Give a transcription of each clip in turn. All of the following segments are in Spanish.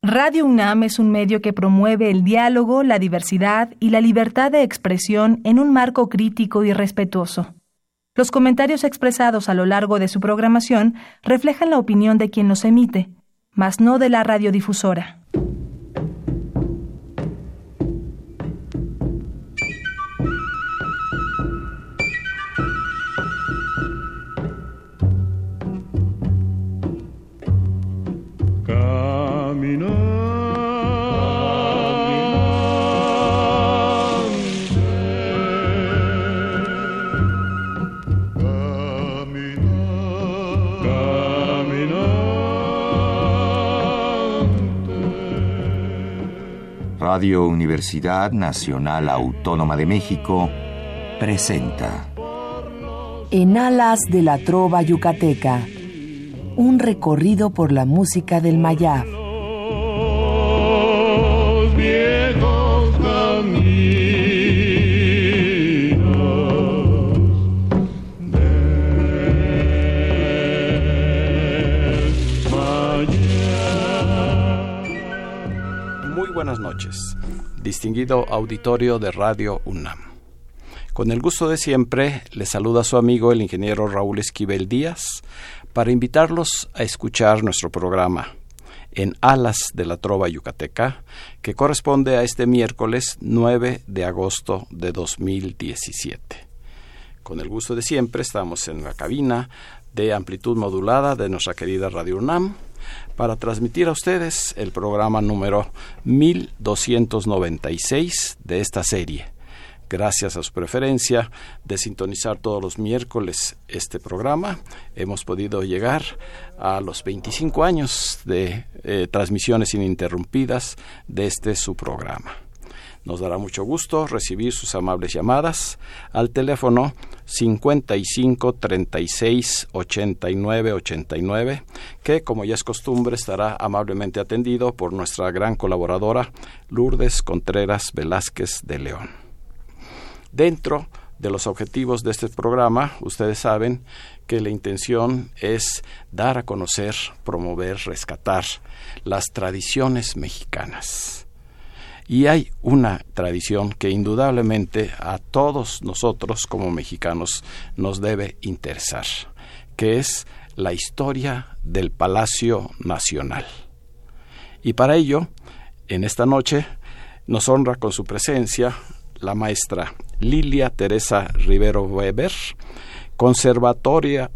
Radio UNAM es un medio que promueve el diálogo, la diversidad y la libertad de expresión en un marco crítico y respetuoso. Los comentarios expresados a lo largo de su programación reflejan la opinión de quien los emite, mas no de la radiodifusora. Radio Universidad Nacional Autónoma de México presenta En alas de la trova yucateca, un recorrido por la música del Mayab. Buenas noches, distinguido auditorio de Radio UNAM. Con el gusto de siempre, le saluda su amigo el ingeniero Raúl Esquivel Díaz para invitarlos a escuchar nuestro programa En Alas de la Trova Yucateca, que corresponde a este miércoles 9 de agosto de 2017. Con el gusto de siempre, estamos en la cabina de amplitud modulada de nuestra querida Radio UNAM, para transmitir a ustedes el programa número 1296 de esta serie. Gracias a su preferencia de sintonizar todos los miércoles este programa, hemos podido llegar a los 25 años de transmisiones ininterrumpidas de su programa. Nos dará mucho gusto recibir sus amables llamadas al teléfono 55 36 89 89, que, como ya es costumbre, estará amablemente atendido por nuestra gran colaboradora Lourdes Contreras Velázquez de León. Dentro de los objetivos de este programa, ustedes saben que la intención es dar a conocer, promover, rescatar las tradiciones mexicanas. Y hay una tradición que indudablemente a todos nosotros como mexicanos nos debe interesar, que es la historia del Palacio Nacional. Y para ello, en esta noche, nos honra con su presencia la maestra Lilia Teresa Rivero Weber, conservadora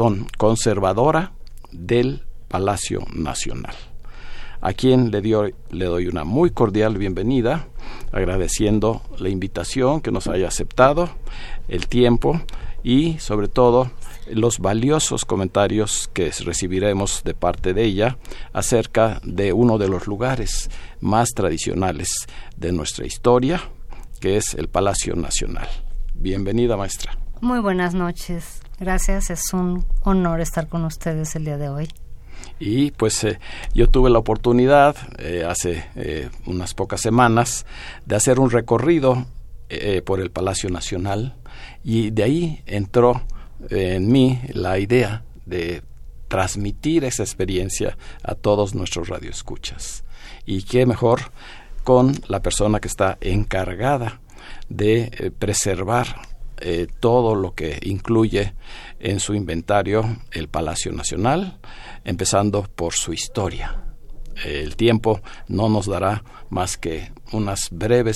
del Palacio Nacional, a quien le doy una muy cordial bienvenida, agradeciendo la invitación que nos haya aceptado, el tiempo y, sobre todo, los valiosos comentarios que recibiremos de parte de ella acerca de uno de los lugares más tradicionales de nuestra historia, que es el Palacio Nacional. Bienvenida, maestra. Muy buenas noches. Gracias, es un honor estar con ustedes el día de hoy. Y pues yo tuve la oportunidad hace unas pocas semanas de hacer un recorrido por el Palacio Nacional, y de ahí entró en mí la idea de transmitir esa experiencia a todos nuestros radioescuchas. Y qué mejor con la persona que está encargada de preservar todo lo que incluye en su inventario el Palacio Nacional, empezando por su historia. El tiempo no nos dará más que una breve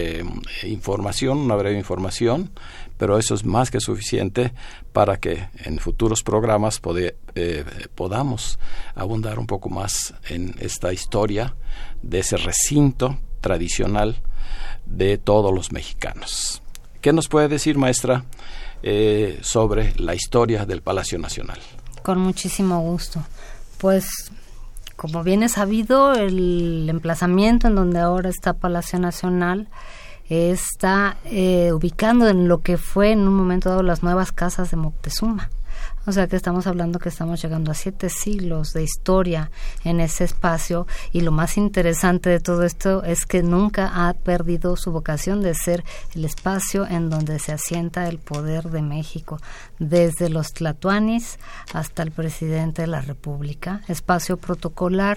información, pero eso es más que suficiente para que en futuros programas podamos abundar un poco más en esta historia de ese recinto tradicional de todos los mexicanos. ¿Qué nos puede decir, maestra, sobre la historia del Palacio Nacional? Con muchísimo gusto. Pues, como bien es sabido, el emplazamiento en donde ahora está Palacio Nacional está ubicando en lo que fue en un momento dado las nuevas casas de Moctezuma. O sea que estamos hablando que estamos llegando a 7 siglos de historia en ese espacio, y lo más interesante de todo esto es que nunca ha perdido su vocación de ser el espacio en donde se asienta el poder de México, desde los tlatoanis hasta el presidente de la República, espacio protocolar,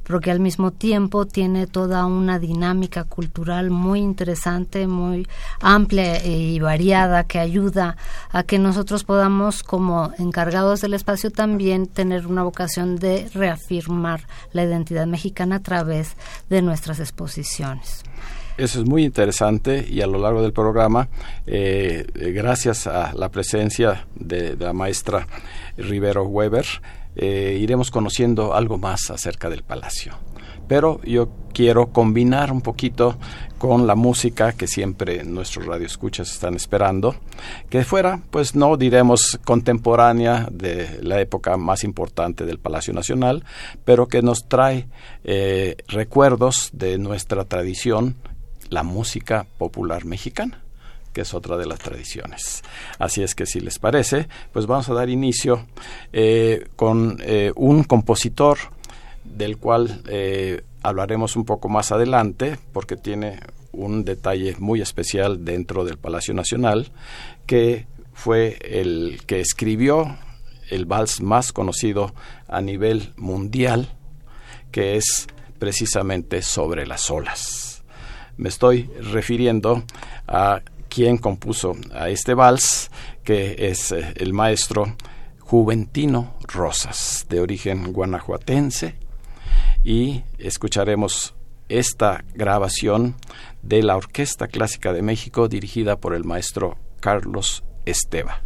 pero que al mismo tiempo tiene toda una dinámica cultural muy interesante, muy amplia y variada, que ayuda a que nosotros podamos, como encargados del espacio, también tener una vocación de reafirmar la identidad mexicana a través de nuestras exposiciones. Eso es muy interesante, y a lo largo del programa, gracias a la presencia de la maestra Rivero Weber, iremos conociendo algo más acerca del Palacio. Pero yo quiero combinar un poquito con la música que siempre nuestros radioescuchas están esperando, que fuera, pues no diremos contemporánea de la época más importante del Palacio Nacional, pero que nos trae recuerdos de nuestra tradición, la música popular mexicana, que es otra de las tradiciones. Así es que, si les parece, pues vamos a dar inicio con un compositor del cual hablaremos un poco más adelante, porque tiene un detalle muy especial dentro del Palacio Nacional, que fue el que escribió el vals más conocido a nivel mundial, que es precisamente Sobre las olas. Me estoy refiriendo a quien compuso a este vals, que es el maestro Juventino Rosas, de origen guanajuatense, y escucharemos esta grabación de la Orquesta Clásica de México, dirigida por el maestro Carlos Esteva.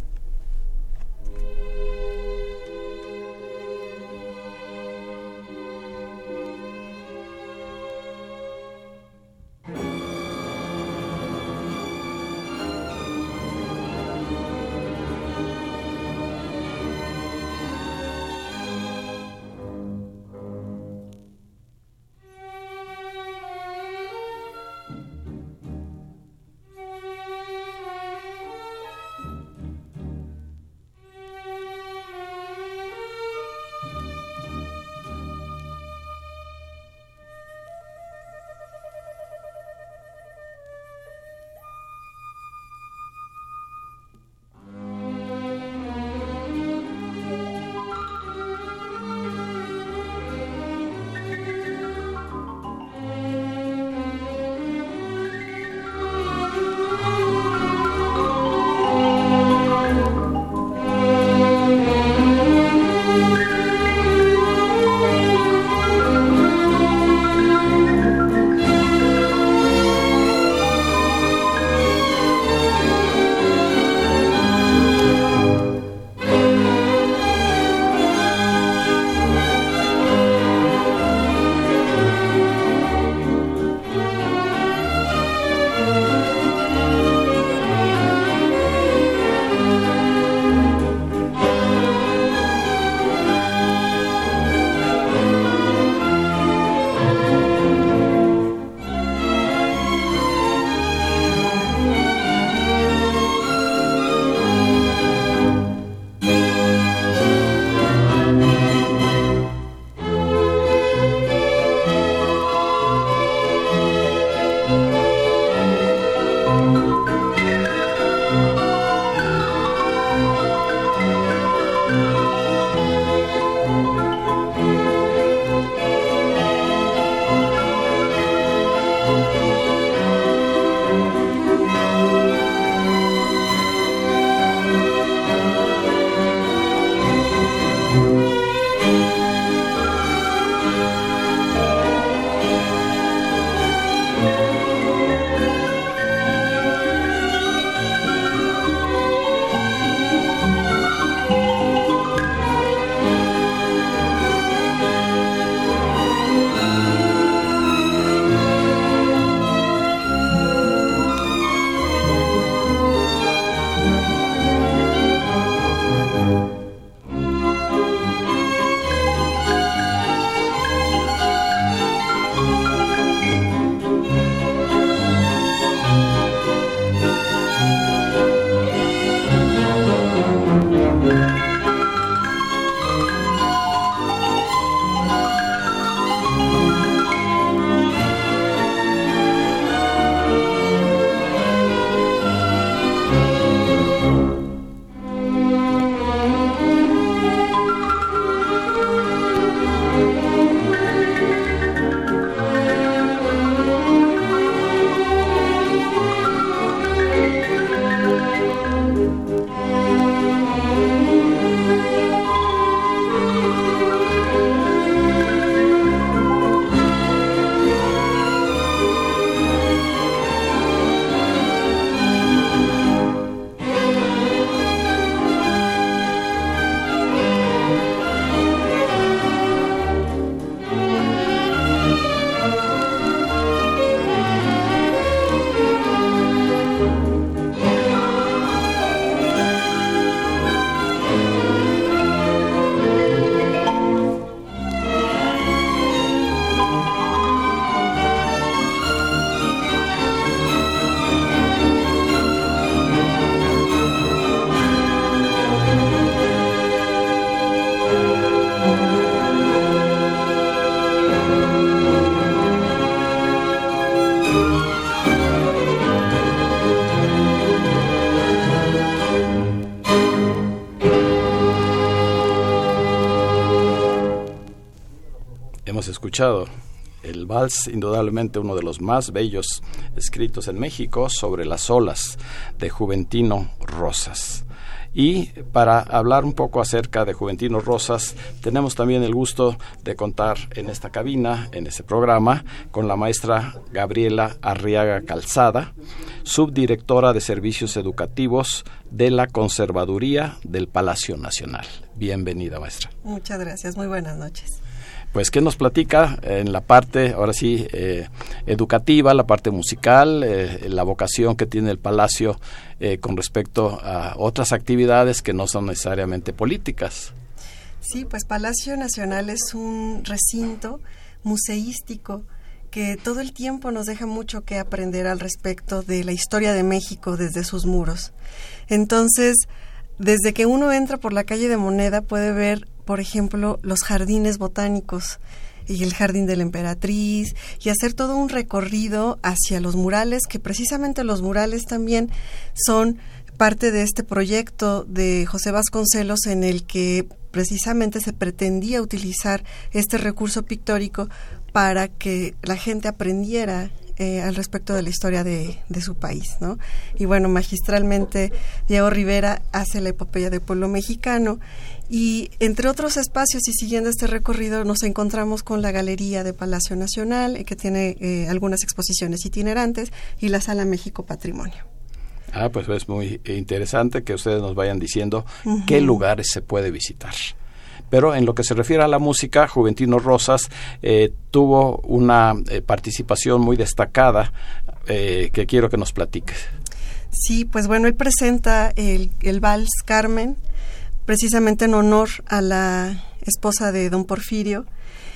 Hemos escuchado el vals, indudablemente uno de los más bellos escritos en México, Sobre las olas, de Juventino Rosas. Y para hablar un poco acerca de Juventino Rosas, tenemos también el gusto de contar en esta cabina, en este programa, con la maestra Gabriela Arriaga Calzada, subdirectora de Servicios Educativos de la Conservaduría del Palacio Nacional. Bienvenida, maestra. Muchas gracias, muy buenas noches. Pues, ¿qué nos platica en la parte, ahora sí, educativa, la parte musical, la vocación que tiene el Palacio con respecto a otras actividades que no son necesariamente políticas? Sí, pues Palacio Nacional es un recinto museístico que todo el tiempo nos deja mucho que aprender al respecto de la historia de México desde sus muros. Entonces, desde que uno entra por la calle de Moneda puede ver, por ejemplo, los jardines botánicos y el jardín de la Emperatriz, y hacer todo un recorrido hacia los murales, que precisamente los murales también son parte de este proyecto de José Vasconcelos, en el que precisamente se pretendía utilizar este recurso pictórico para que la gente aprendiera al respecto de la historia de su país, ¿no? Y bueno, magistralmente Diego Rivera hace la epopeya del pueblo mexicano, y entre otros espacios, y siguiendo este recorrido, nos encontramos con la Galería de Palacio Nacional, que tiene algunas exposiciones itinerantes, y la Sala México Patrimonio. Pues es muy interesante que ustedes nos vayan diciendo qué lugares se puede visitar. Pero en lo que se refiere a la música, Juventino Rosas tuvo una participación muy destacada que quiero que nos platiques. Sí, pues bueno, él presenta el vals Carmen, precisamente en honor a la esposa de don Porfirio,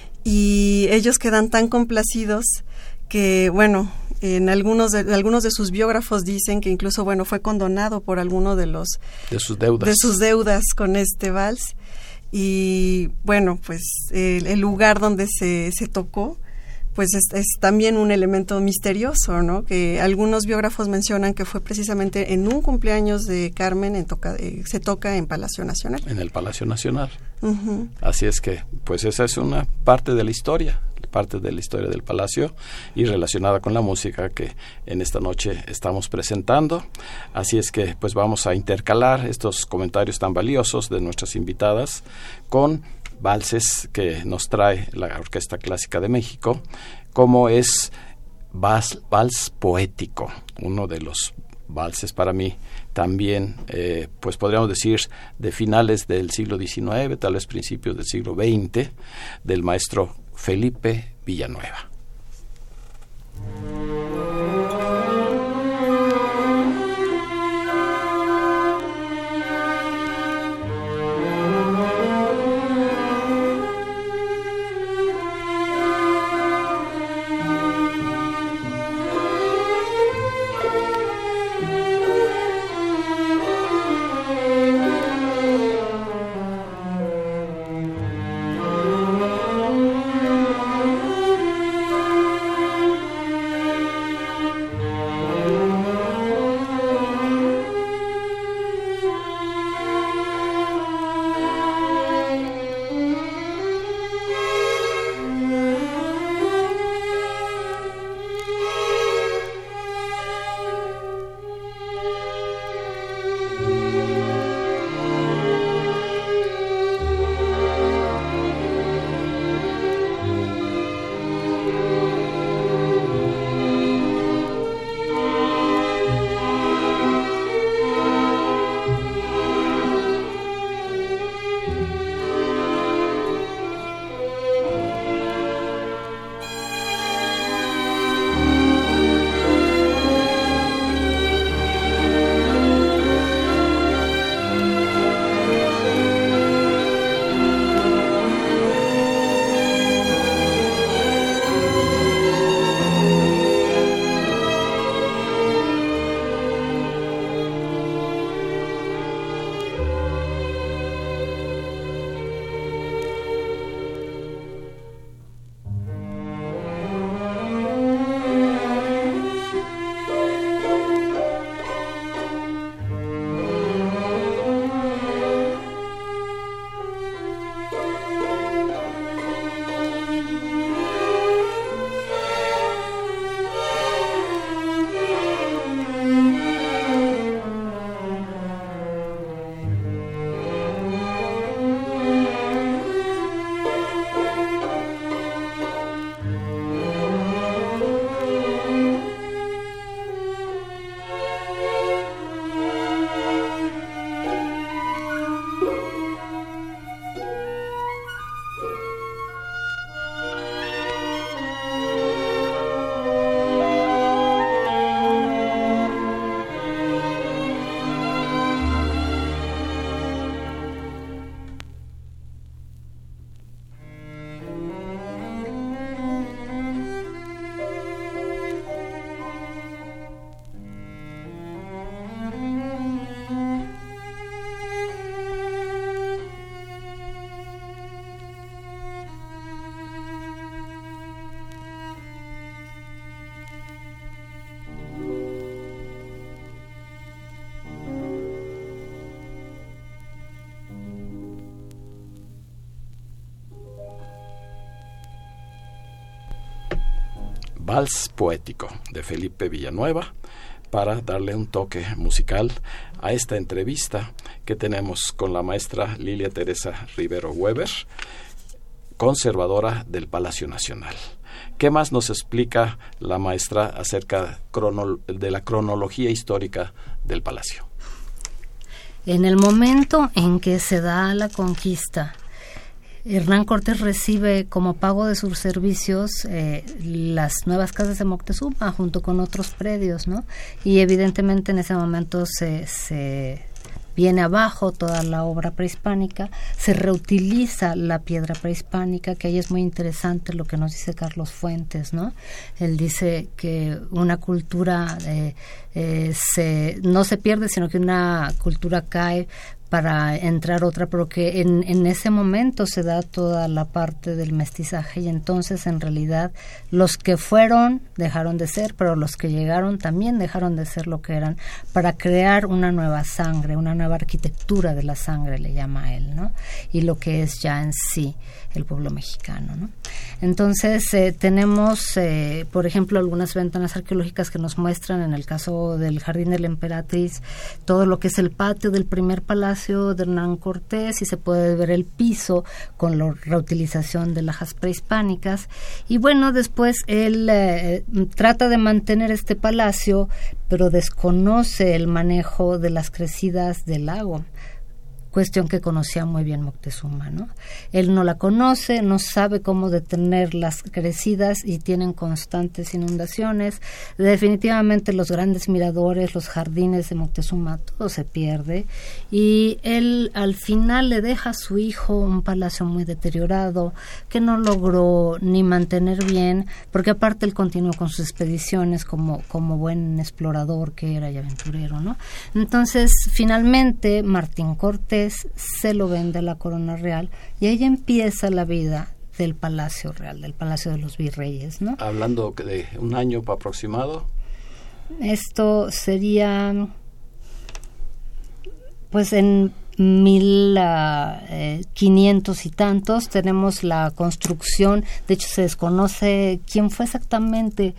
y ellos quedan tan complacidos que, bueno, en algunos de sus biógrafos dicen que incluso, bueno, fue condonado por alguno de sus deudas con este vals. Y bueno, pues el lugar donde se tocó, pues es también un elemento misterioso, ¿no? Que algunos biógrafos mencionan que fue precisamente en un cumpleaños de Carmen, se toca en Palacio Nacional. En el Palacio Nacional. Uh-huh. Así es que, pues esa es una parte de la historia del Palacio, y relacionada con la música que en esta noche estamos presentando. Así es que, pues vamos a intercalar estos comentarios tan valiosos de nuestras invitadas con valses que nos trae la Orquesta Clásica de México, como es Vals Poético, uno de los valses para mí también, pues podríamos decir, de finales del siglo XIX, tal vez principios del siglo XX, del maestro Felipe Villanueva. Vals Poético de Felipe Villanueva, para darle un toque musical a esta entrevista que tenemos con la maestra Lilia Teresa Rivero Weber, conservadora del Palacio Nacional. ¿Qué más nos explica la maestra acerca de la cronología histórica del Palacio? En el momento en que se da la conquista, Hernán Cortés recibe como pago de sus servicios las nuevas casas de Moctezuma junto con otros predios, ¿no? Y evidentemente en ese momento se viene abajo toda la obra prehispánica, se reutiliza la piedra prehispánica, que ahí es muy interesante lo que nos dice Carlos Fuentes, ¿no? Él dice que una cultura no se pierde, sino que una cultura cae para entrar otra, pero que en ese momento se da toda la parte del mestizaje, y entonces en realidad los que fueron dejaron de ser, pero los que llegaron también dejaron de ser lo que eran, para crear una nueva sangre, una nueva arquitectura de la sangre, le llama él, ¿no? Y lo que es ya en sí el pueblo mexicano, ¿no? Entonces tenemos, por ejemplo, algunas ventanas arqueológicas que nos muestran, en el caso del Jardín de la Emperatriz, todo lo que es el patio del primer palacio de Hernán Cortés, y se puede ver el piso con la reutilización de lajas prehispánicas. Y bueno, después él trata de mantener este palacio, pero desconoce el manejo de las crecidas del lago, cuestión que conocía muy bien Moctezuma, ¿no? Él no la conoce, no sabe cómo detener las crecidas y tienen constantes inundaciones. Definitivamente los grandes miradores, los jardines de Moctezuma, todo se pierde, y él al final le deja a su hijo un palacio muy deteriorado que no logró ni mantener bien, porque aparte él continuó con sus expediciones como buen explorador que era y aventurero, ¿no? Entonces finalmente Martín Cortés se lo vende a la corona real, y ahí empieza la vida del Palacio Real, del Palacio de los Virreyes, ¿no? Hablando de un año aproximado. Esto sería, pues en 1500 y tantos, tenemos la construcción. De hecho se desconoce quién fue exactamente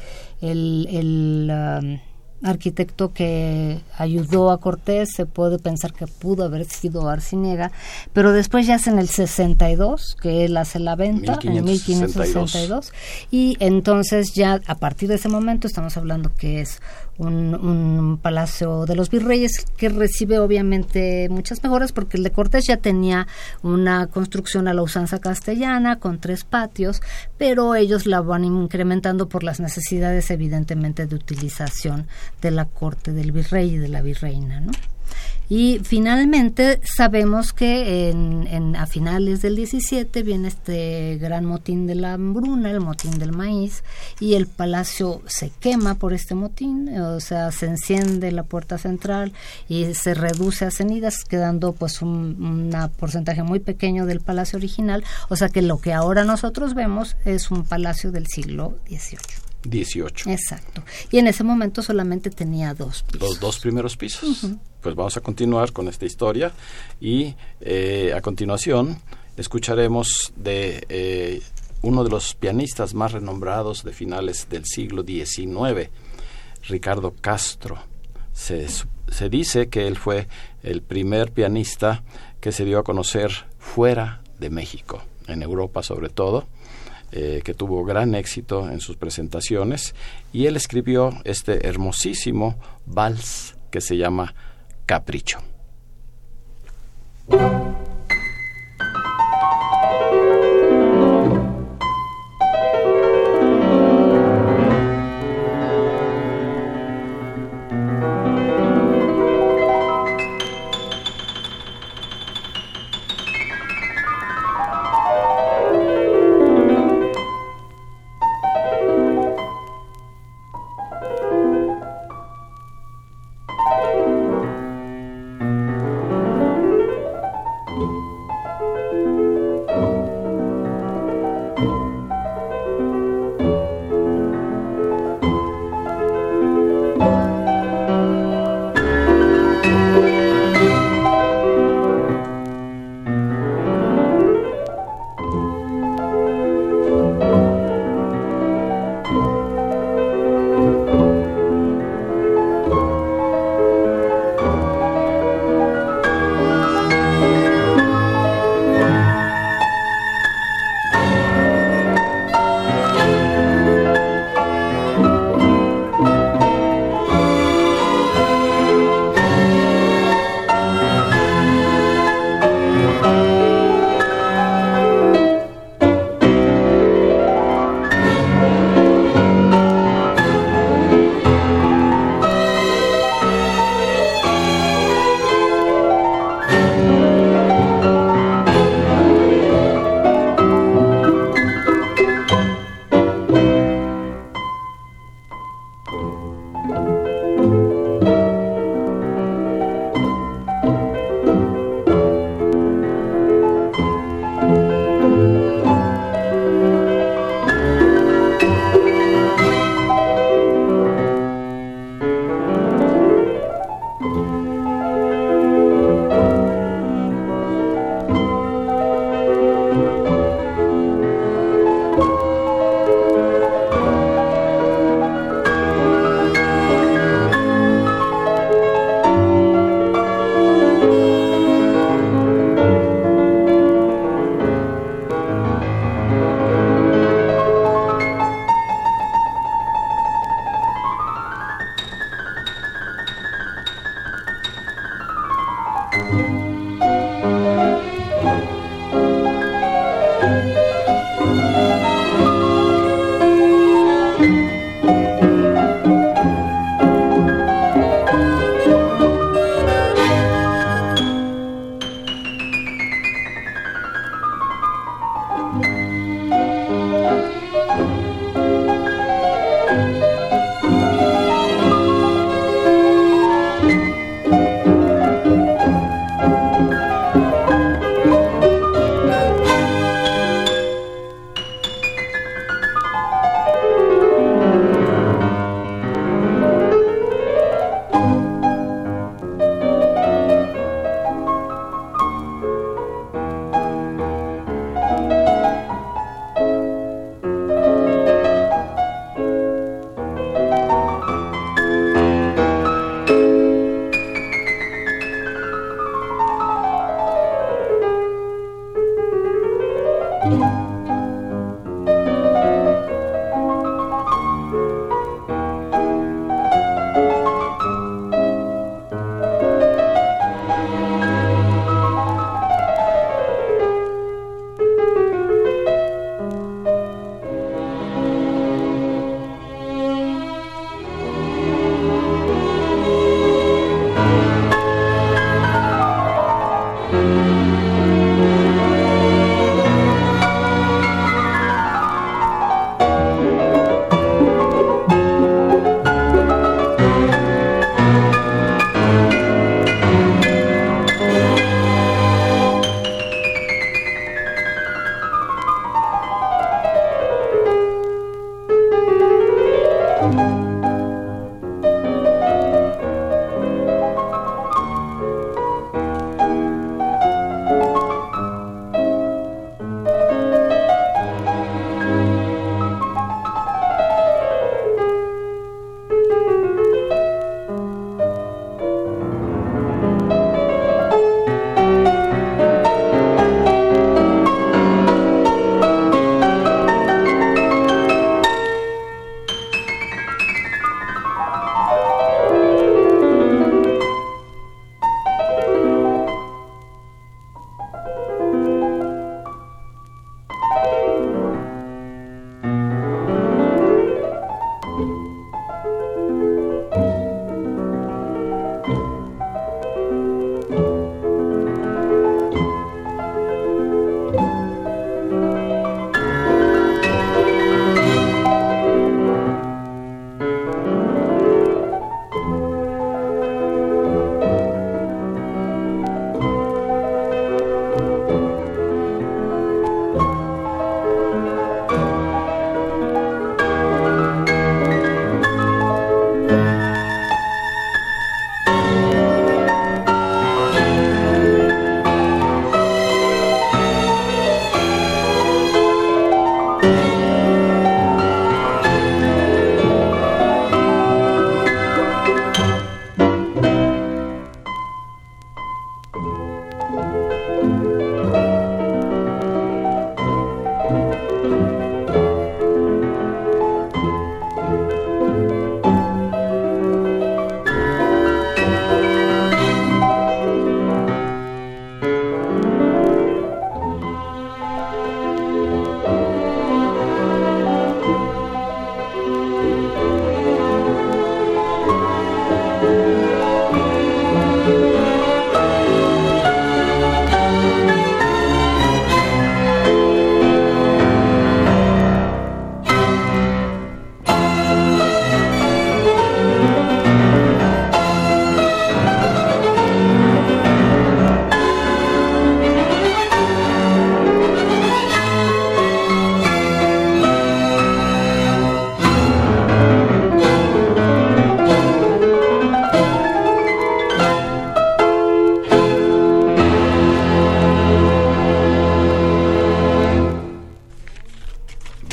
el arquitecto que ayudó a Cortés. Se puede pensar que pudo haber sido Arciniega, pero después ya es en el 62 que él hace la venta, en 1562, y entonces ya a partir de ese momento estamos hablando que es un palacio de los virreyes que recibe obviamente muchas mejoras, porque el de Cortés ya tenía una construcción a la usanza castellana con 3 patios, pero ellos la van incrementando por las necesidades evidentemente de utilización de la corte del virrey y de la virreina, ¿no? Y finalmente sabemos que a finales del 17 viene este gran motín de la hambruna, el motín del maíz, y el palacio se quema por este motín, o sea, se enciende la puerta central y se reduce a cenizas, quedando pues un porcentaje muy pequeño del palacio original, o sea que lo que ahora nosotros vemos es un palacio del siglo XVIII. Exacto. Y en ese momento solamente tenía 2 pisos. Los 2 primeros pisos. Uh-huh. Pues vamos a continuar con esta historia, y a continuación escucharemos de uno de los pianistas más renombrados de finales del siglo XIX, Ricardo Castro. Se dice que él fue el primer pianista que se dio a conocer fuera de México, en Europa sobre todo, que tuvo gran éxito en sus presentaciones, y él escribió este hermosísimo vals que se llama Capricho.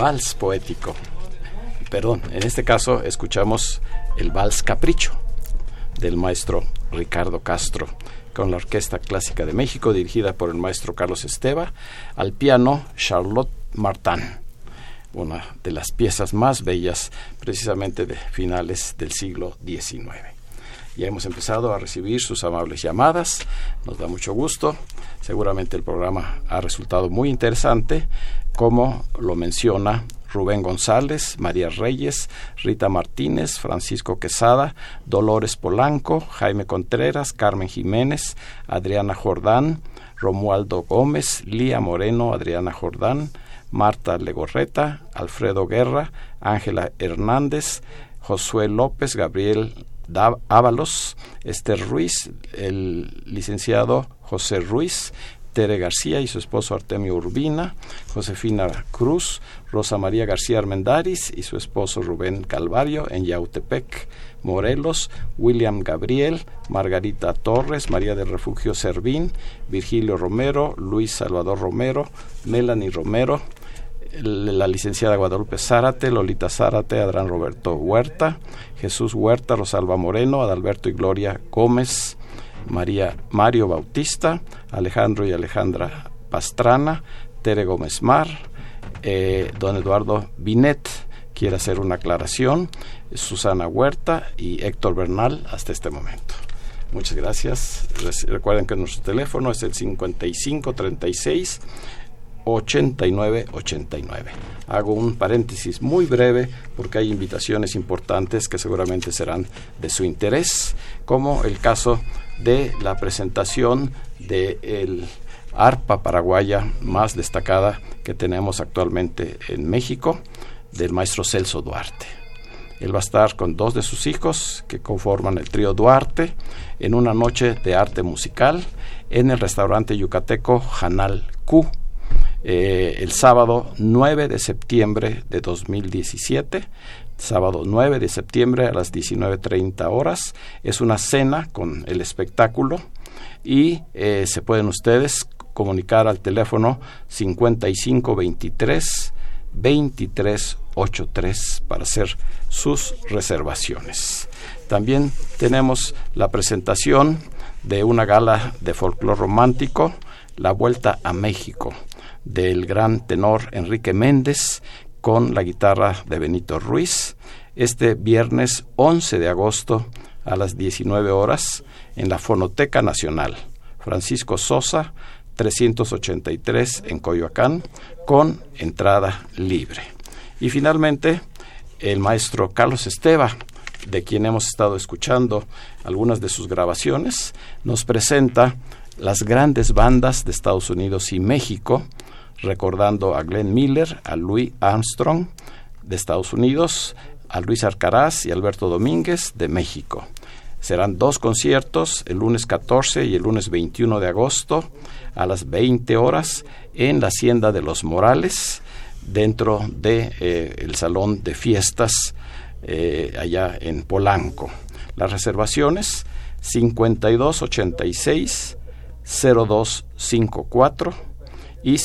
vals poético. Perdón, en este caso escuchamos el vals Capricho del maestro Ricardo Castro, con la Orquesta Clásica de México, dirigida por el maestro Carlos Esteva, al piano Charlotte Martin, una de las piezas más bellas precisamente de finales del siglo XIX. Ya hemos empezado a recibir sus amables llamadas, nos da mucho gusto, seguramente el programa ha resultado muy interesante, como lo menciona Rubén González, María Reyes, Rita Martínez, Francisco Quesada, Dolores Polanco, Jaime Contreras, Carmen Jiménez, Adriana Jordán, Romualdo Gómez, Lía Moreno, Adriana Jordán, Marta Legorreta, Alfredo Guerra, Ángela Hernández, Josué López, Gabriel Ábalos, Esther Ruiz, el licenciado José Ruiz, Tere García y su esposo Artemio Urbina, Josefina Cruz, Rosa María García Armendáriz y su esposo Rubén Calvario en Yautepec, Morelos, William Gabriel, Margarita Torres, María del Refugio Servín, Virgilio Romero, Luis Salvador Romero, Melanie Romero, la licenciada Guadalupe Zárate, Lolita Zárate, Adrián Roberto Huerta, Jesús Huerta, Rosalba Moreno, Adalberto y Gloria Gómez, Mario Bautista, Alejandro y Alejandra Pastrana, Tere Gómez Mar, don Eduardo Binet quiere hacer una aclaración, Susana Huerta y Héctor Bernal hasta este momento. Muchas gracias. Recuerden que nuestro teléfono es el 5536 8989. Hago un paréntesis muy breve porque hay invitaciones importantes que seguramente serán de su interés, como el caso de la presentación del arpa paraguaya más destacada que tenemos actualmente en México, del maestro Celso Duarte. Él va a estar con dos de sus hijos que conforman el trío Duarte en una noche de arte musical en el restaurante yucateco Janal Q, el sábado 9 de septiembre de 2017, sábado 9 de septiembre a las 19:30 horas. Es una cena con el espectáculo y se pueden ustedes comunicar al teléfono 5523-2383 para hacer sus reservaciones. También tenemos la presentación de una gala de folclore romántico, La Vuelta a México, del gran tenor Enrique Méndez, con la guitarra de Benito Ruiz, este viernes 11 de agosto a las 19 horas en la Fonoteca Nacional, Francisco Sosa, 383 en Coyoacán, con entrada libre. Y finalmente, el maestro Carlos Esteva, de quien hemos estado escuchando algunas de sus grabaciones, nos presenta las grandes bandas de Estados Unidos y México, recordando a Glenn Miller, a Louis Armstrong de Estados Unidos, a Luis Arcaraz y Alberto Domínguez de México. Serán dos conciertos, el lunes 14 y el lunes 21 de agosto a las 20 horas en la Hacienda de los Morales, dentro de el salón de fiestas allá en Polanco. Las reservaciones 5286-0254 y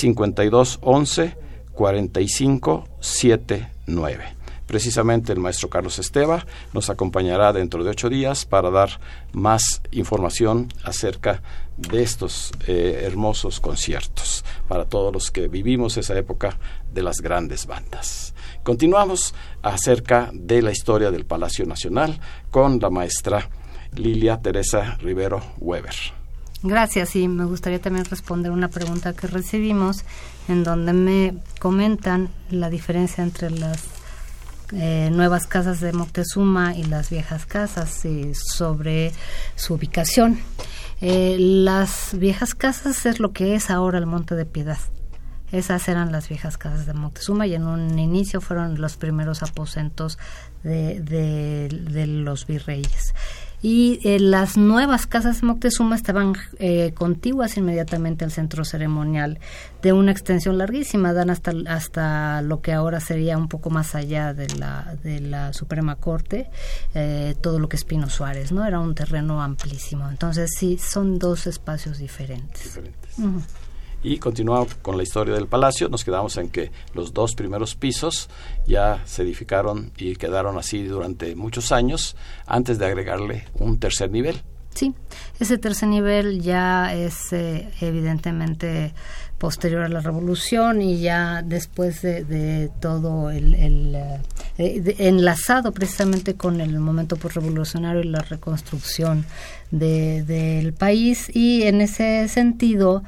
5211-4579. Precisamente el maestro Carlos Esteva nos acompañará dentro de 8 días para dar más información acerca de estos hermosos conciertos para todos los que vivimos esa época de las grandes bandas. Continuamos acerca de la historia del Palacio Nacional con la maestra Lilia Teresa Rivero Weber. Gracias, y me gustaría también responder una pregunta que recibimos en donde me comentan la diferencia entre las nuevas casas de Moctezuma y las viejas casas sobre su ubicación. Las viejas casas es lo que es ahora el Monte de Piedad. Esas eran las viejas casas de Moctezuma y en un inicio fueron los primeros aposentos de los virreyes. Y las nuevas casas de Moctezuma estaban contiguas inmediatamente al centro ceremonial, de una extensión larguísima, dan hasta lo que ahora sería un poco más allá de la Suprema Corte, todo lo que es Pino Suárez, ¿no? Era un terreno amplísimo. Entonces sí, son dos espacios diferentes. Uh-huh. Y continuamos con la historia del palacio. Nos quedamos en que los 2 primeros pisos ya se edificaron y quedaron así durante muchos años antes de agregarle un tercer nivel. Sí, ese tercer nivel ya es evidentemente posterior a la Revolución y ya después de todo enlazado precisamente con el momento postrevolucionario y la reconstrucción del país, y en ese sentido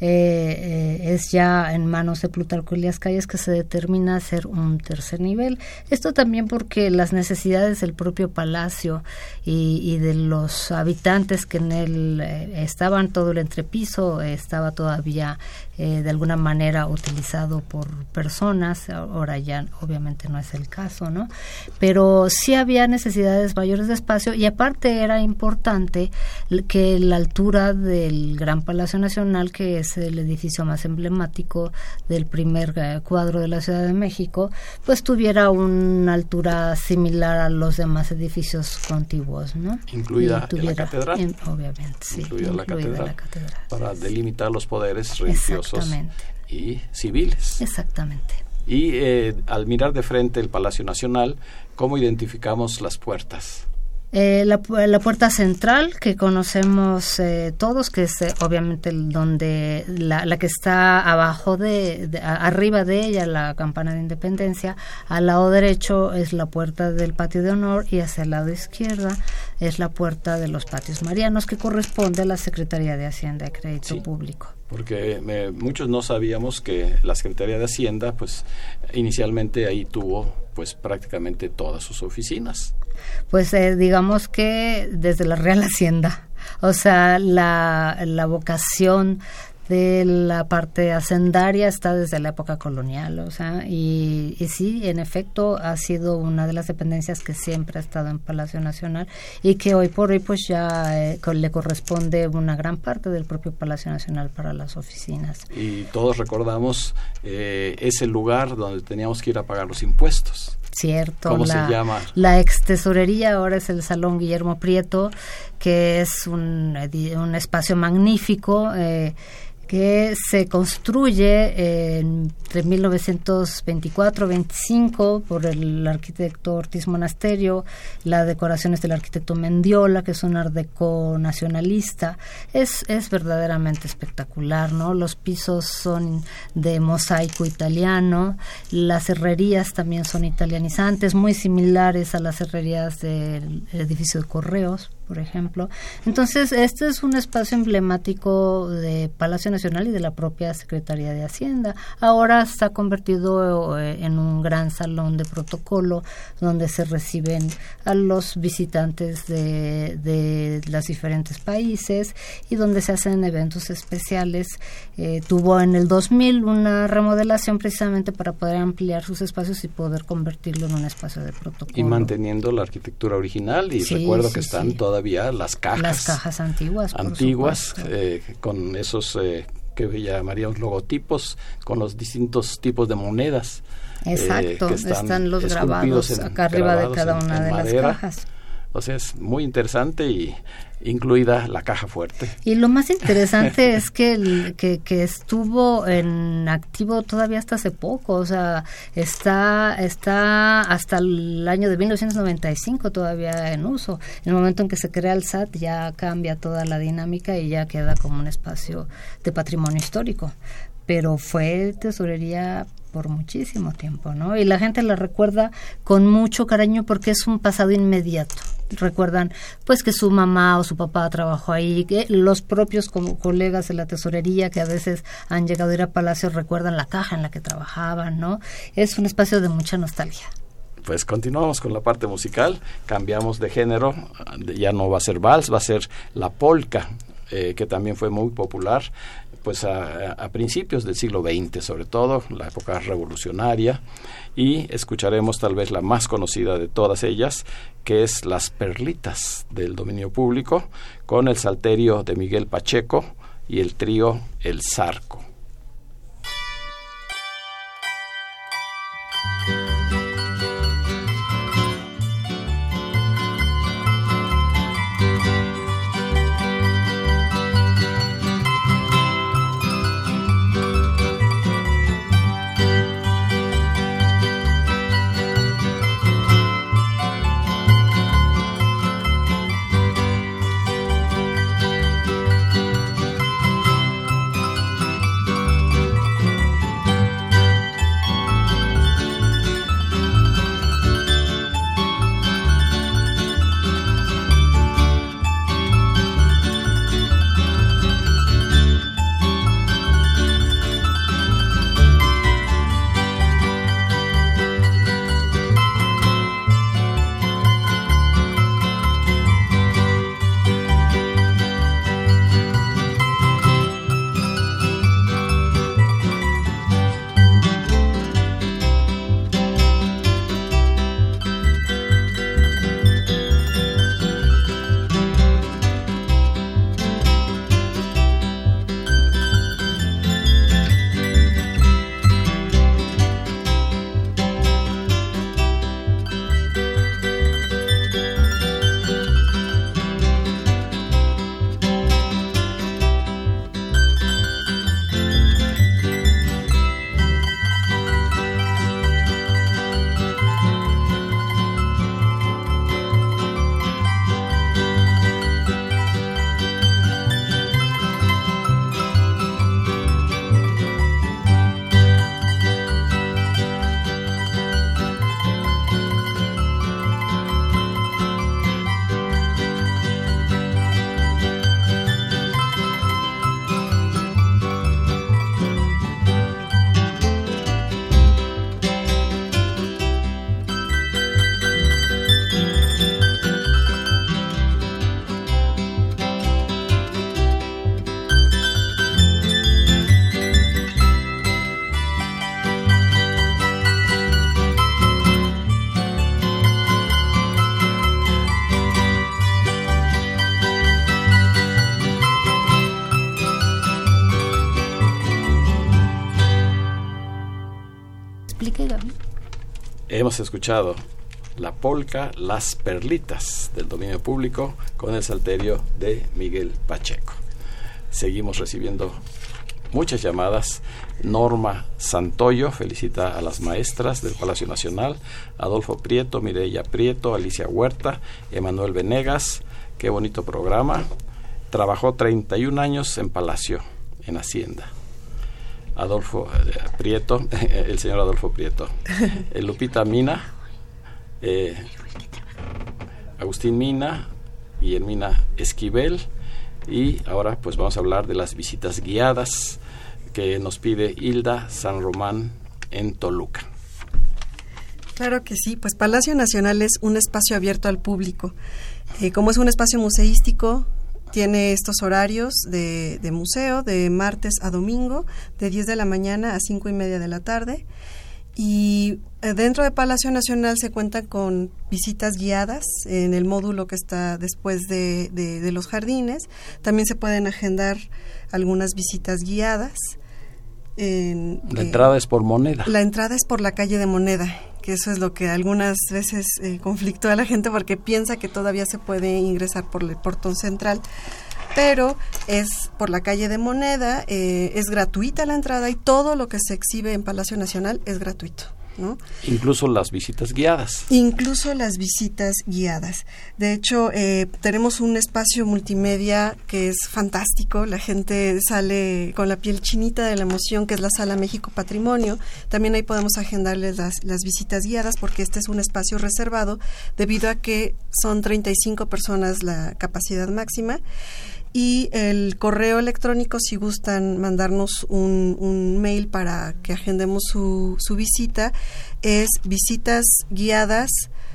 es ya en manos de Plutarco Elías Calles que se determina hacer un tercer nivel. Esto también porque las necesidades del propio palacio y de los habitantes que en él estaban, todo el entrepiso estaba todavía de alguna manera utilizado por personas. Ahora ya obviamente no es el caso, ¿no? Pero sí había necesidades mayores de espacio, y aparte era importante que la altura del Gran Palacio Nacional, que es el edificio más emblemático del primer cuadro de la Ciudad de México, pues tuviera una altura similar a los demás edificios contiguos, ¿no? Incluida la catedral. Obviamente, sí. Incluida la catedral, para delimitar los poderes religiosos y civiles. Exactamente. Y al mirar de frente el Palacio Nacional, ¿cómo identificamos las puertas? La puerta central que conocemos todos, que es obviamente donde la que está abajo arriba de ella, la campana de Independencia. Al lado derecho es la puerta del Patio de Honor, y hacia el lado izquierdo es la puerta de los Patios Marianos, que corresponde a la Secretaría de Hacienda y Crédito Público. Porque muchos no sabíamos que la Secretaría de Hacienda, pues inicialmente ahí tuvo pues prácticamente todas sus oficinas. Pues digamos que desde la Real Hacienda, o sea, la vocación de la parte hacendaria está desde la época colonial, o sea, y sí, en efecto, ha sido una de las dependencias que siempre ha estado en Palacio Nacional, y que hoy por hoy pues ya le corresponde una gran parte del propio Palacio Nacional para las oficinas. Y todos recordamos ese lugar donde teníamos que ir a pagar los impuestos. Cierto. ¿Cómo se llama? La ex tesorería, ahora es el Salón Guillermo Prieto, que es un espacio magnífico que se construye entre 1924-25 por el arquitecto Ortiz Monasterio. La decoración es del arquitecto Mendiola, que es un art deco nacionalista. Es verdaderamente espectacular, ¿no? Los pisos son de mosaico italiano, las herrerías también son italianizantes, muy similares a las herrerías del edificio de Correos, por ejemplo. Entonces, este es un espacio emblemático de Palacio Nacional y de la propia Secretaría de Hacienda. Ahora está convertido en un gran salón de protocolo donde se reciben a los visitantes de los diferentes países y donde se hacen eventos especiales. Tuvo en el 2000 una remodelación precisamente para poder ampliar sus espacios y poder convertirlo en un espacio de protocolo. Y manteniendo la arquitectura original, y recuerdo que están todavía las cajas antiguas con esos que llamaríamos logotipos, con los distintos tipos de monedas. Exacto, que están los grabados acá arriba de cada una de madera. Las cajas. O sea, es muy interesante, y incluida la caja fuerte. Y lo más interesante es que estuvo en activo todavía hasta hace poco, o sea, está hasta el año de 1995 todavía en uso. En el momento en que se crea el SAT ya cambia toda la dinámica y ya queda como un espacio de patrimonio histórico. Pero fue tesorería por muchísimo tiempo, ¿no? Y la gente la recuerda con mucho cariño porque es un pasado inmediato. Recuerdan pues que su mamá o su papá trabajó ahí, que los propios como colegas de la tesorería que a veces han llegado a ir a Palacio recuerdan la caja en la que trabajaban, ¿no? Es un espacio de mucha nostalgia. Pues continuamos con la parte musical, cambiamos de género, ya no va a ser vals, va a ser la polka, que también fue muy popular pues a principios del siglo XX, sobre todo, la época revolucionaria, y escucharemos tal vez la más conocida de todas ellas, que es Las Perlitas, del dominio público, con el salterio de Miguel Pacheco y el trío El Zarco. Hemos escuchado la polca Las Perlitas del dominio público con el salterio de Miguel Pacheco. Seguimos recibiendo muchas llamadas. Norma Santoyo felicita a las maestras del Palacio Nacional, Adolfo Prieto, Mireya Prieto, Alicia Huerta, Emanuel Venegas. Qué bonito programa. Trabajó 31 años en Palacio, en Hacienda. Adolfo Prieto, el señor Adolfo Prieto. Lupita Mina, Agustín Mina, Guillermina Esquivel. Y ahora pues vamos a hablar de las visitas guiadas que nos pide Hilda San Román en Toluca. Claro que sí, pues Palacio Nacional es un espacio abierto al público. Como es un espacio museístico, tiene estos horarios de museo de martes a domingo, de 10 de la mañana a 5:30 de la tarde. Y dentro de Palacio Nacional se cuentan con visitas guiadas en el módulo que está después de los jardines. También se pueden agendar algunas visitas guiadas. La entrada es por moneda. La entrada es por la calle de Moneda, que eso es lo que algunas veces conflictúa a la gente porque piensa que todavía se puede ingresar por el portón central, pero es por la calle de Moneda, es gratuita la entrada y todo lo que se exhibe en Palacio Nacional es gratuito, ¿no? Incluso las visitas guiadas. Incluso las visitas guiadas. De hecho, tenemos un espacio multimedia que es fantástico. La gente sale con la piel chinita de la emoción, que es la Sala México Patrimonio. También ahí podemos agendarles las visitas guiadas porque este es un espacio reservado debido a que son 35 personas la capacidad máxima. Y el correo electrónico, si gustan mandarnos un mail para que agendemos su visita, es visitasguiadas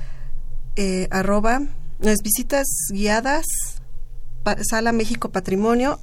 Sala México Patrimonio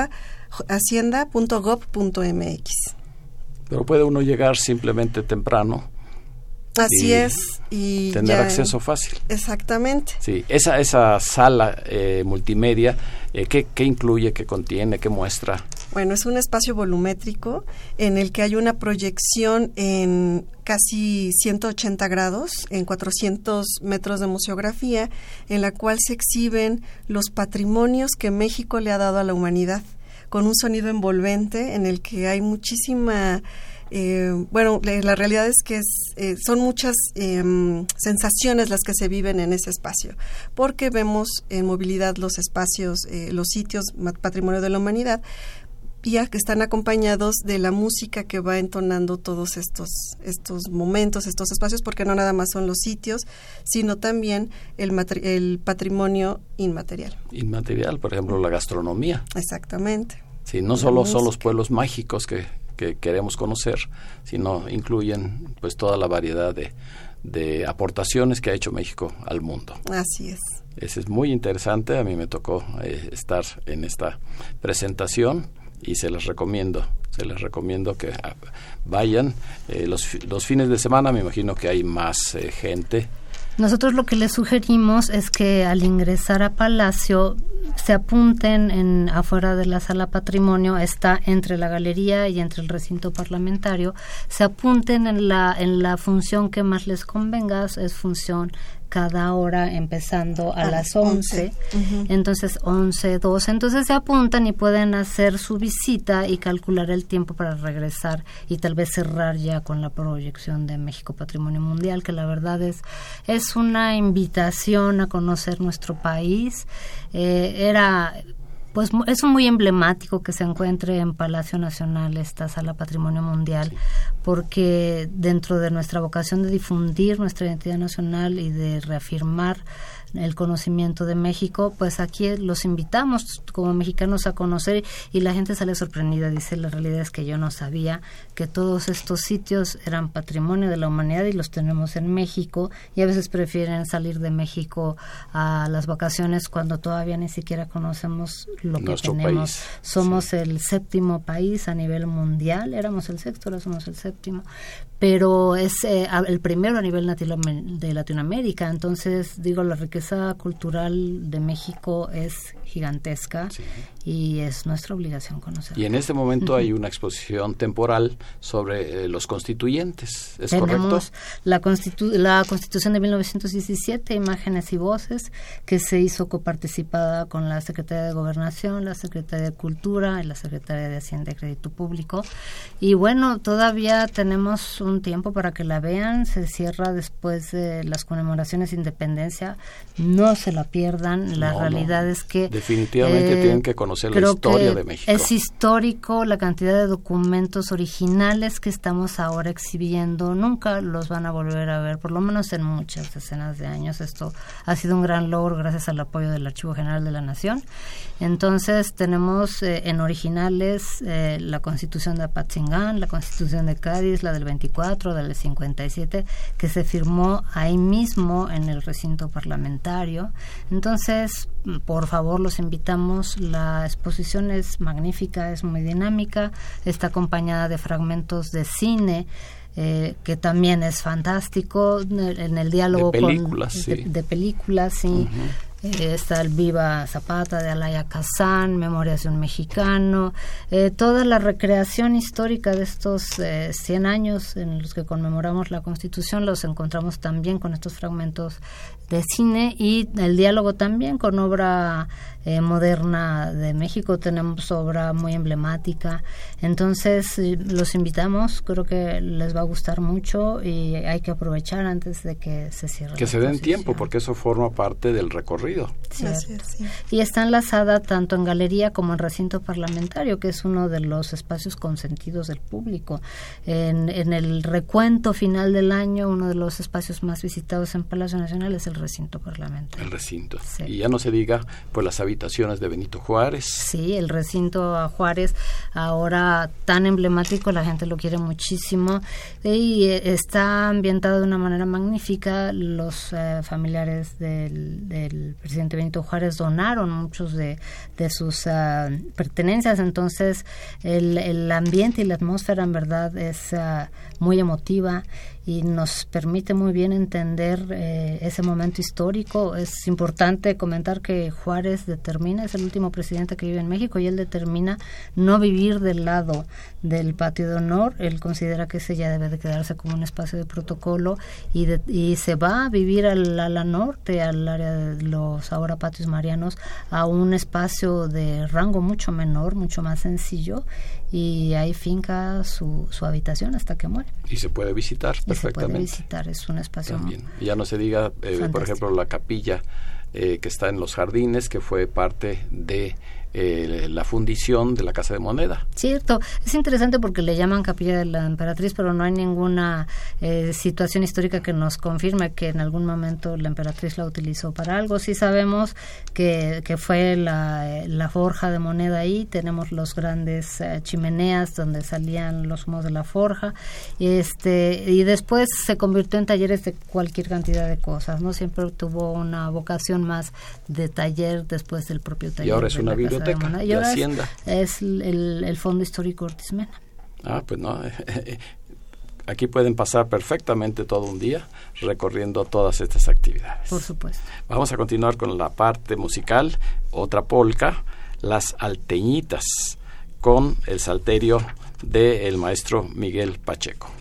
@hacienda.gov.mx. Pero puede uno llegar simplemente temprano. Así es. Y tener acceso fácil. Exactamente. Sí, esa sala multimedia, ¿qué incluye, qué contiene, qué muestra? Bueno, es un espacio volumétrico en el que hay una proyección en casi 180 grados, en 400 metros de museografía, en la cual se exhiben los patrimonios que México le ha dado a la humanidad, con un sonido envolvente en el que hay muchísima... la realidad es que son muchas sensaciones las que se viven en ese espacio, porque vemos en movilidad los espacios, los sitios patrimonio de la humanidad, ya que están acompañados de la música que va entonando todos estos momentos, estos espacios, porque no nada más son los sitios, sino también el patrimonio inmaterial. Inmaterial, por ejemplo, la gastronomía. Exactamente. Sí, no solo son los pueblos mágicos que queremos conocer, sino incluyen pues toda la variedad de aportaciones que ha hecho México al mundo. Así es. Ese es muy interesante. A mí me tocó estar en esta presentación y se les recomiendo que vayan. Los fines de semana me imagino que hay más gente. Nosotros lo que les sugerimos es que al ingresar a Palacio se apunten afuera de la Sala Patrimonio, está entre la galería y entre el recinto parlamentario, se apunten en la función que más les convenga, es función cada hora empezando a las 11. Uh-huh. Entonces 11, 12, entonces se apuntan y pueden hacer su visita y calcular el tiempo para regresar y tal vez cerrar ya con la proyección de México Patrimonio Mundial, que la verdad es una invitación a conocer nuestro país. Pues es muy emblemático que se encuentre en Palacio Nacional esta Sala Patrimonio Mundial, porque dentro de nuestra vocación de difundir nuestra identidad nacional y de reafirmar el conocimiento de México, pues aquí los invitamos como mexicanos a conocer y la gente sale sorprendida, dice, la realidad es que yo no sabía que todos estos sitios eran patrimonio de la humanidad y los tenemos en México, y a veces prefieren salir de México a las vacaciones cuando todavía ni siquiera conocemos lo que Nuestro tenemos. país. Somos el 7º país a nivel mundial, éramos el 6º, ahora somos el 7º, pero es el primero a nivel de Latinoamérica. Entonces, digo, la riqueza cultural de México es gigantesca, sí, y es nuestra obligación conocerla. Y en este momento hay una exposición temporal sobre los constituyentes, ¿es Tenemos correcto? La Constitución de 1917, Imágenes y Voces, que se hizo coparticipada con la Secretaría de Gobernación, la Secretaría de Cultura y la Secretaría de Hacienda y Crédito Público. Y bueno, todavía tenemos un tiempo para que la vean, se cierra después de las conmemoraciones de independencia, no se la pierdan, la realidad es que definitivamente tienen que conocer la historia de México. Es histórico la cantidad de documentos originales que estamos ahora exhibiendo, nunca los van a volver a ver, por lo menos en muchas decenas de años. Esto ha sido un gran logro gracias al apoyo del Archivo General de la Nación. Entonces tenemos en originales la Constitución de Apatzingán, la Constitución de Cádiz, la del 24, la del 57, que se firmó ahí mismo en el recinto parlamentario. Entonces, por favor, los invitamos. La exposición es magnífica, es muy dinámica, está acompañada de fragmentos de cine, que también es fantástico, en el diálogo de películas, de películas, sí. Uh-huh. Está el Viva Zapata de Alaya Kazán, Memorias de un Mexicano, toda la recreación histórica de estos 100 años en los que conmemoramos la Constitución, los encontramos también con estos fragmentos de cine, y el diálogo también con obra moderna de México. Tenemos obra muy emblemática, entonces los invitamos, creo que les va a gustar mucho y hay que aprovechar antes de que se cierre. Que se den tiempo, porque eso forma parte del recorrido. Gracias, sí. Y está enlazada tanto en galería como en recinto parlamentario, que es uno de los espacios consentidos del público. En el recuento final del año, uno de los espacios más visitados en Palacio Nacional es el recinto parlamentario. El recinto. Sí. Y ya no se diga, pues, las habitaciones de Benito Juárez. Sí, el recinto a Juárez, ahora tan emblemático, la gente lo quiere muchísimo y está ambientado de una manera magnífica. Los familiares del presidente Benito Juárez donaron muchos de sus pertenencias, entonces el ambiente y la atmósfera en verdad es muy emotiva y nos permite muy bien entender ese momento histórico. Es importante comentar que Juárez es el último presidente que vive en México, y él determina no vivir del lado del patio de honor. Él considera que ese ya debe de quedarse como un espacio de protocolo y se va a vivir al ala norte, al área de los ahora patios marianos, a un espacio de rango mucho menor, mucho más sencillo, y ahí finca su habitación hasta que muere. Y se puede visitar perfectamente. Se puede visitar, es un espacio también. Y ya no se diga, por ejemplo, la capilla que está en los jardines, que fue parte de la fundición de la Casa de Moneda. Cierto, es interesante porque le llaman Capilla de la Emperatriz, pero no hay ninguna situación histórica que nos confirme que en algún momento la Emperatriz la utilizó para algo. Sí sabemos que fue la forja de moneda ahí, tenemos los grandes chimeneas donde salían los humos de la forja, y después se convirtió en talleres de cualquier cantidad de cosas, ¿no? Siempre tuvo una vocación más de taller después del propio taller. Y ahora es una biblioteca de Hacienda. Es el Fondo Histórico Ortiz Mena. Pues no, aquí pueden pasar perfectamente todo un día recorriendo todas estas actividades. Por supuesto. Vamos a continuar con la parte musical, otra polca, Las Alteñitas, con el salterio del maestro Miguel Pacheco.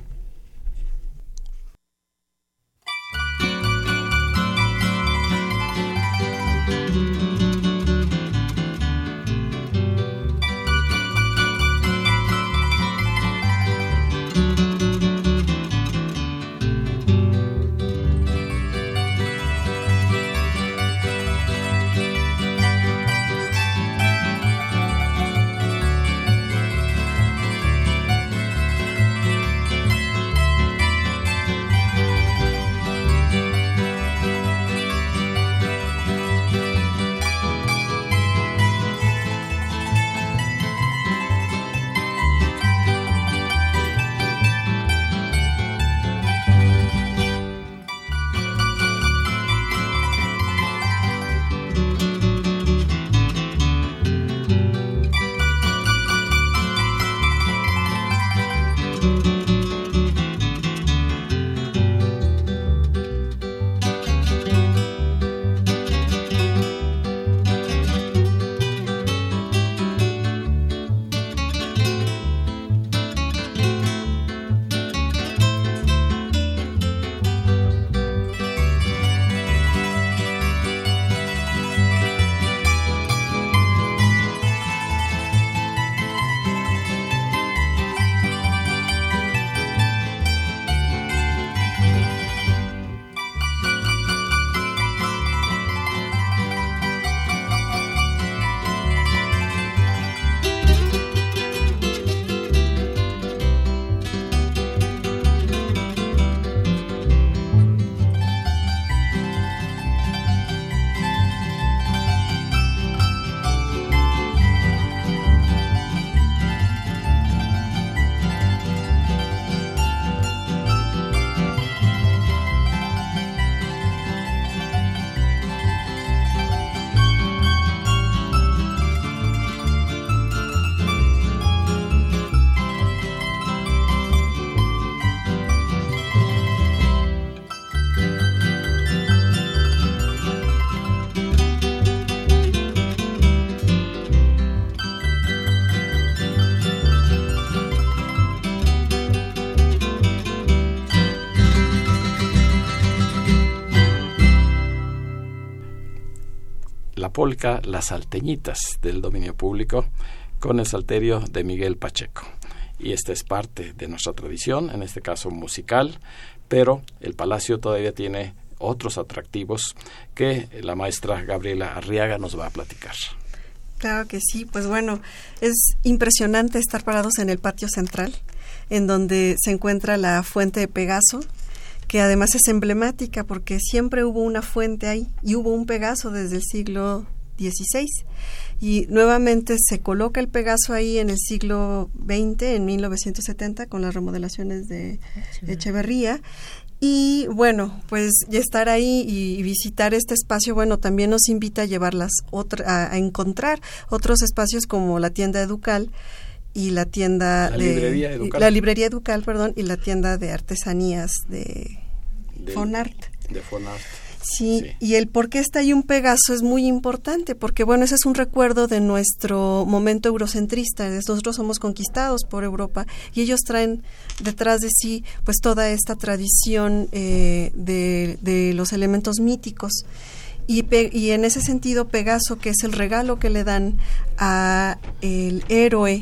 la polca Las Salteñitas del dominio público con el salterio de Miguel Pacheco. Y esta es parte de nuestra tradición, en este caso musical, pero el Palacio todavía tiene otros atractivos que la maestra Gabriela Arriaga nos va a platicar. Claro que sí, pues bueno, es impresionante estar parados en el patio central, en donde se encuentra la fuente de Pegaso, que además es emblemática porque siempre hubo una fuente ahí y hubo un Pegaso desde el siglo XVI. Y nuevamente se coloca el Pegaso ahí en el siglo XX, en 1970, con las remodelaciones de Echeverría. Y bueno, pues ya estar ahí y visitar este espacio, bueno, también nos invita a llevarlas a encontrar otros espacios como la tienda Educal y la librería Educal, y la tienda de artesanías de Fonart. De Fonart. Sí, y el por qué está ahí un Pegaso es muy importante, porque bueno, ese es un recuerdo de nuestro momento eurocentrista. Nosotros somos conquistados por Europa y ellos traen detrás de sí pues toda esta tradición de los elementos míticos. Y en ese sentido, Pegaso, que es el regalo que le dan a el héroe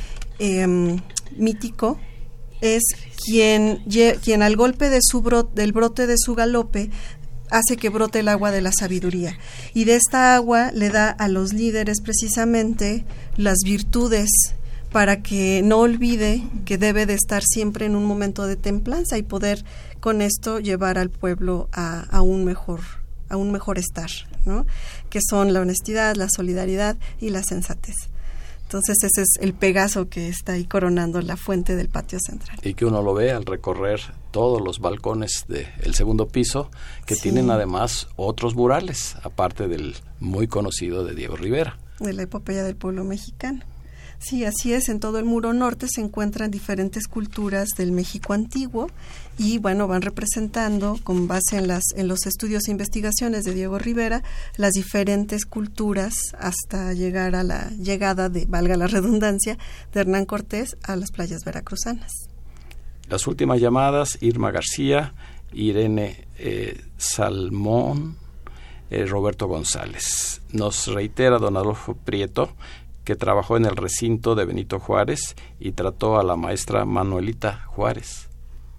mítico, es quien al golpe de del brote de su galope hace que brote el agua de la sabiduría, y de esta agua le da a los líderes precisamente las virtudes para que no olvide que debe de estar siempre en un momento de templanza y poder con esto llevar al pueblo a un mejor estar, ¿no? Que son la honestidad, la solidaridad y la sensatez. Entonces ese es el Pegaso que está ahí coronando la fuente del patio central. Y que uno lo ve al recorrer todos los balcones del segundo piso, que sí, tienen además otros murales, aparte del muy conocido de Diego Rivera. De la epopeya del pueblo mexicano. Sí, así es. En todo el muro norte se encuentran diferentes culturas del México antiguo y, bueno, van representando, con base en los estudios e investigaciones de Diego Rivera, las diferentes culturas hasta llegar a la llegada de, valga la redundancia, de Hernán Cortés a las playas veracruzanas. Las últimas llamadas: Irma García, Irene Salmón, Roberto González. Nos reitera don Adolfo Prieto que trabajó en el recinto de Benito Juárez y trató a la maestra Manuelita Juárez.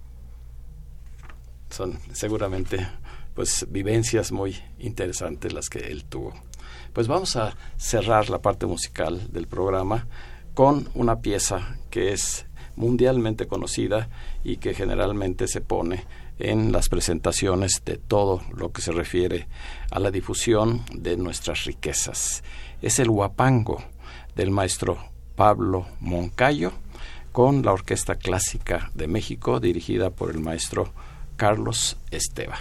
Son seguramente pues vivencias muy interesantes las que él tuvo. Pues vamos a cerrar la parte musical del programa con una pieza que es mundialmente conocida y que generalmente se pone en las presentaciones de todo lo que se refiere a la difusión de nuestras riquezas. Es el huapango del maestro Pablo Moncayo, con la Orquesta Clásica de México, dirigida por el maestro Carlos Esteva.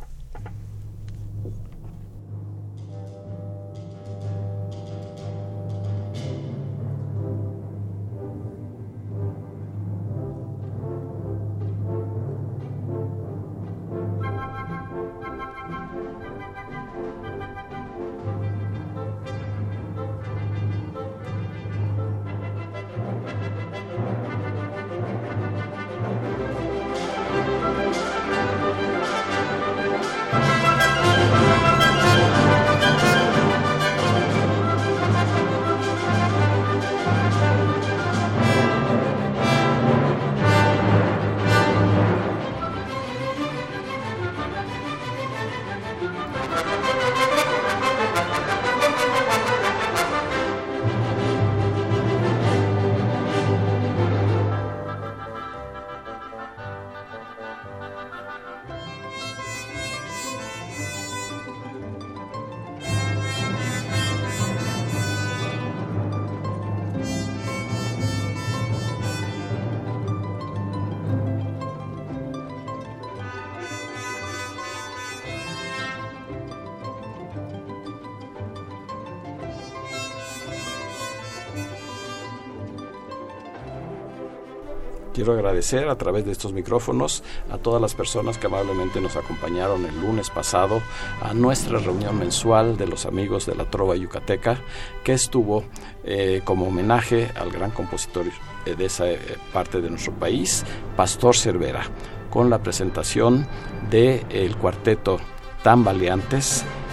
Quiero agradecer a través de estos micrófonos a todas las personas que amablemente nos acompañaron el lunes pasado a nuestra reunión mensual de los amigos de la Trova Yucateca, que estuvo como homenaje al gran compositor de esa parte de nuestro país, Pastor Cervera, con la presentación del cuarteto Tambaleantes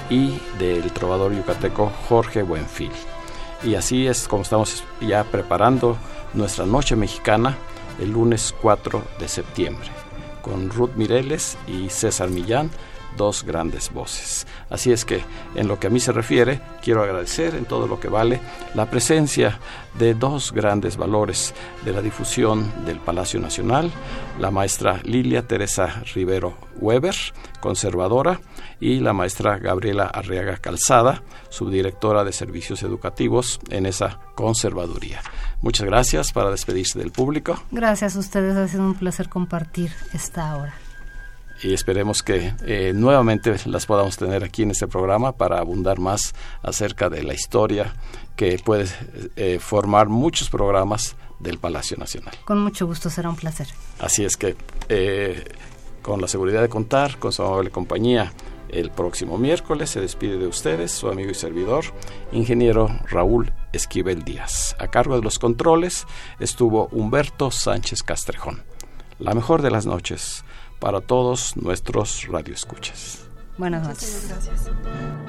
y del trovador yucateco Jorge Buenfil. Y así es como estamos ya preparando nuestra Noche Mexicana el lunes 4 de septiembre, con Ruth Mireles y César Millán, dos grandes voces. Así es que, en lo que a mí se refiere, quiero agradecer en todo lo que vale la presencia de dos grandes valores de la difusión del Palacio Nacional, la maestra Lilia Teresa Rivero Weber, conservadora, y la maestra Gabriela Arriaga Calzada, subdirectora de Servicios Educativos en esa conservaduría. Muchas gracias para despedirse del público. Gracias a ustedes, ha sido un placer compartir esta hora. Y esperemos que nuevamente las podamos tener aquí en este programa para abundar más acerca de la historia que puede formar muchos programas del Palacio Nacional. Con mucho gusto, será un placer. Así es que, con la seguridad de contar con su amable compañía, el próximo miércoles se despide de ustedes su amigo y servidor, ingeniero Raúl Esquivel Díaz. A cargo de los controles estuvo Humberto Sánchez Castrejón. La mejor de las noches para todos nuestros radioescuchas. Buenas noches. Muchas gracias.